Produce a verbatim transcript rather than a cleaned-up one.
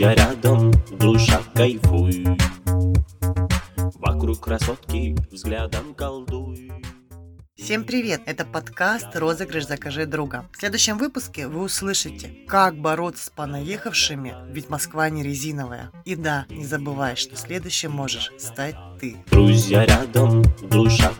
Друзья рядом, душа кайфуй. Вокруг красотки взглядом колдуй. Всем привет! Это подкаст «Розыгрыш Закажи друга». В следующем выпуске вы услышите, как бороться с понаехавшими, ведь Москва не резиновая. И да, не забывай, что следующим можешь стать ты. Друзья рядом, душа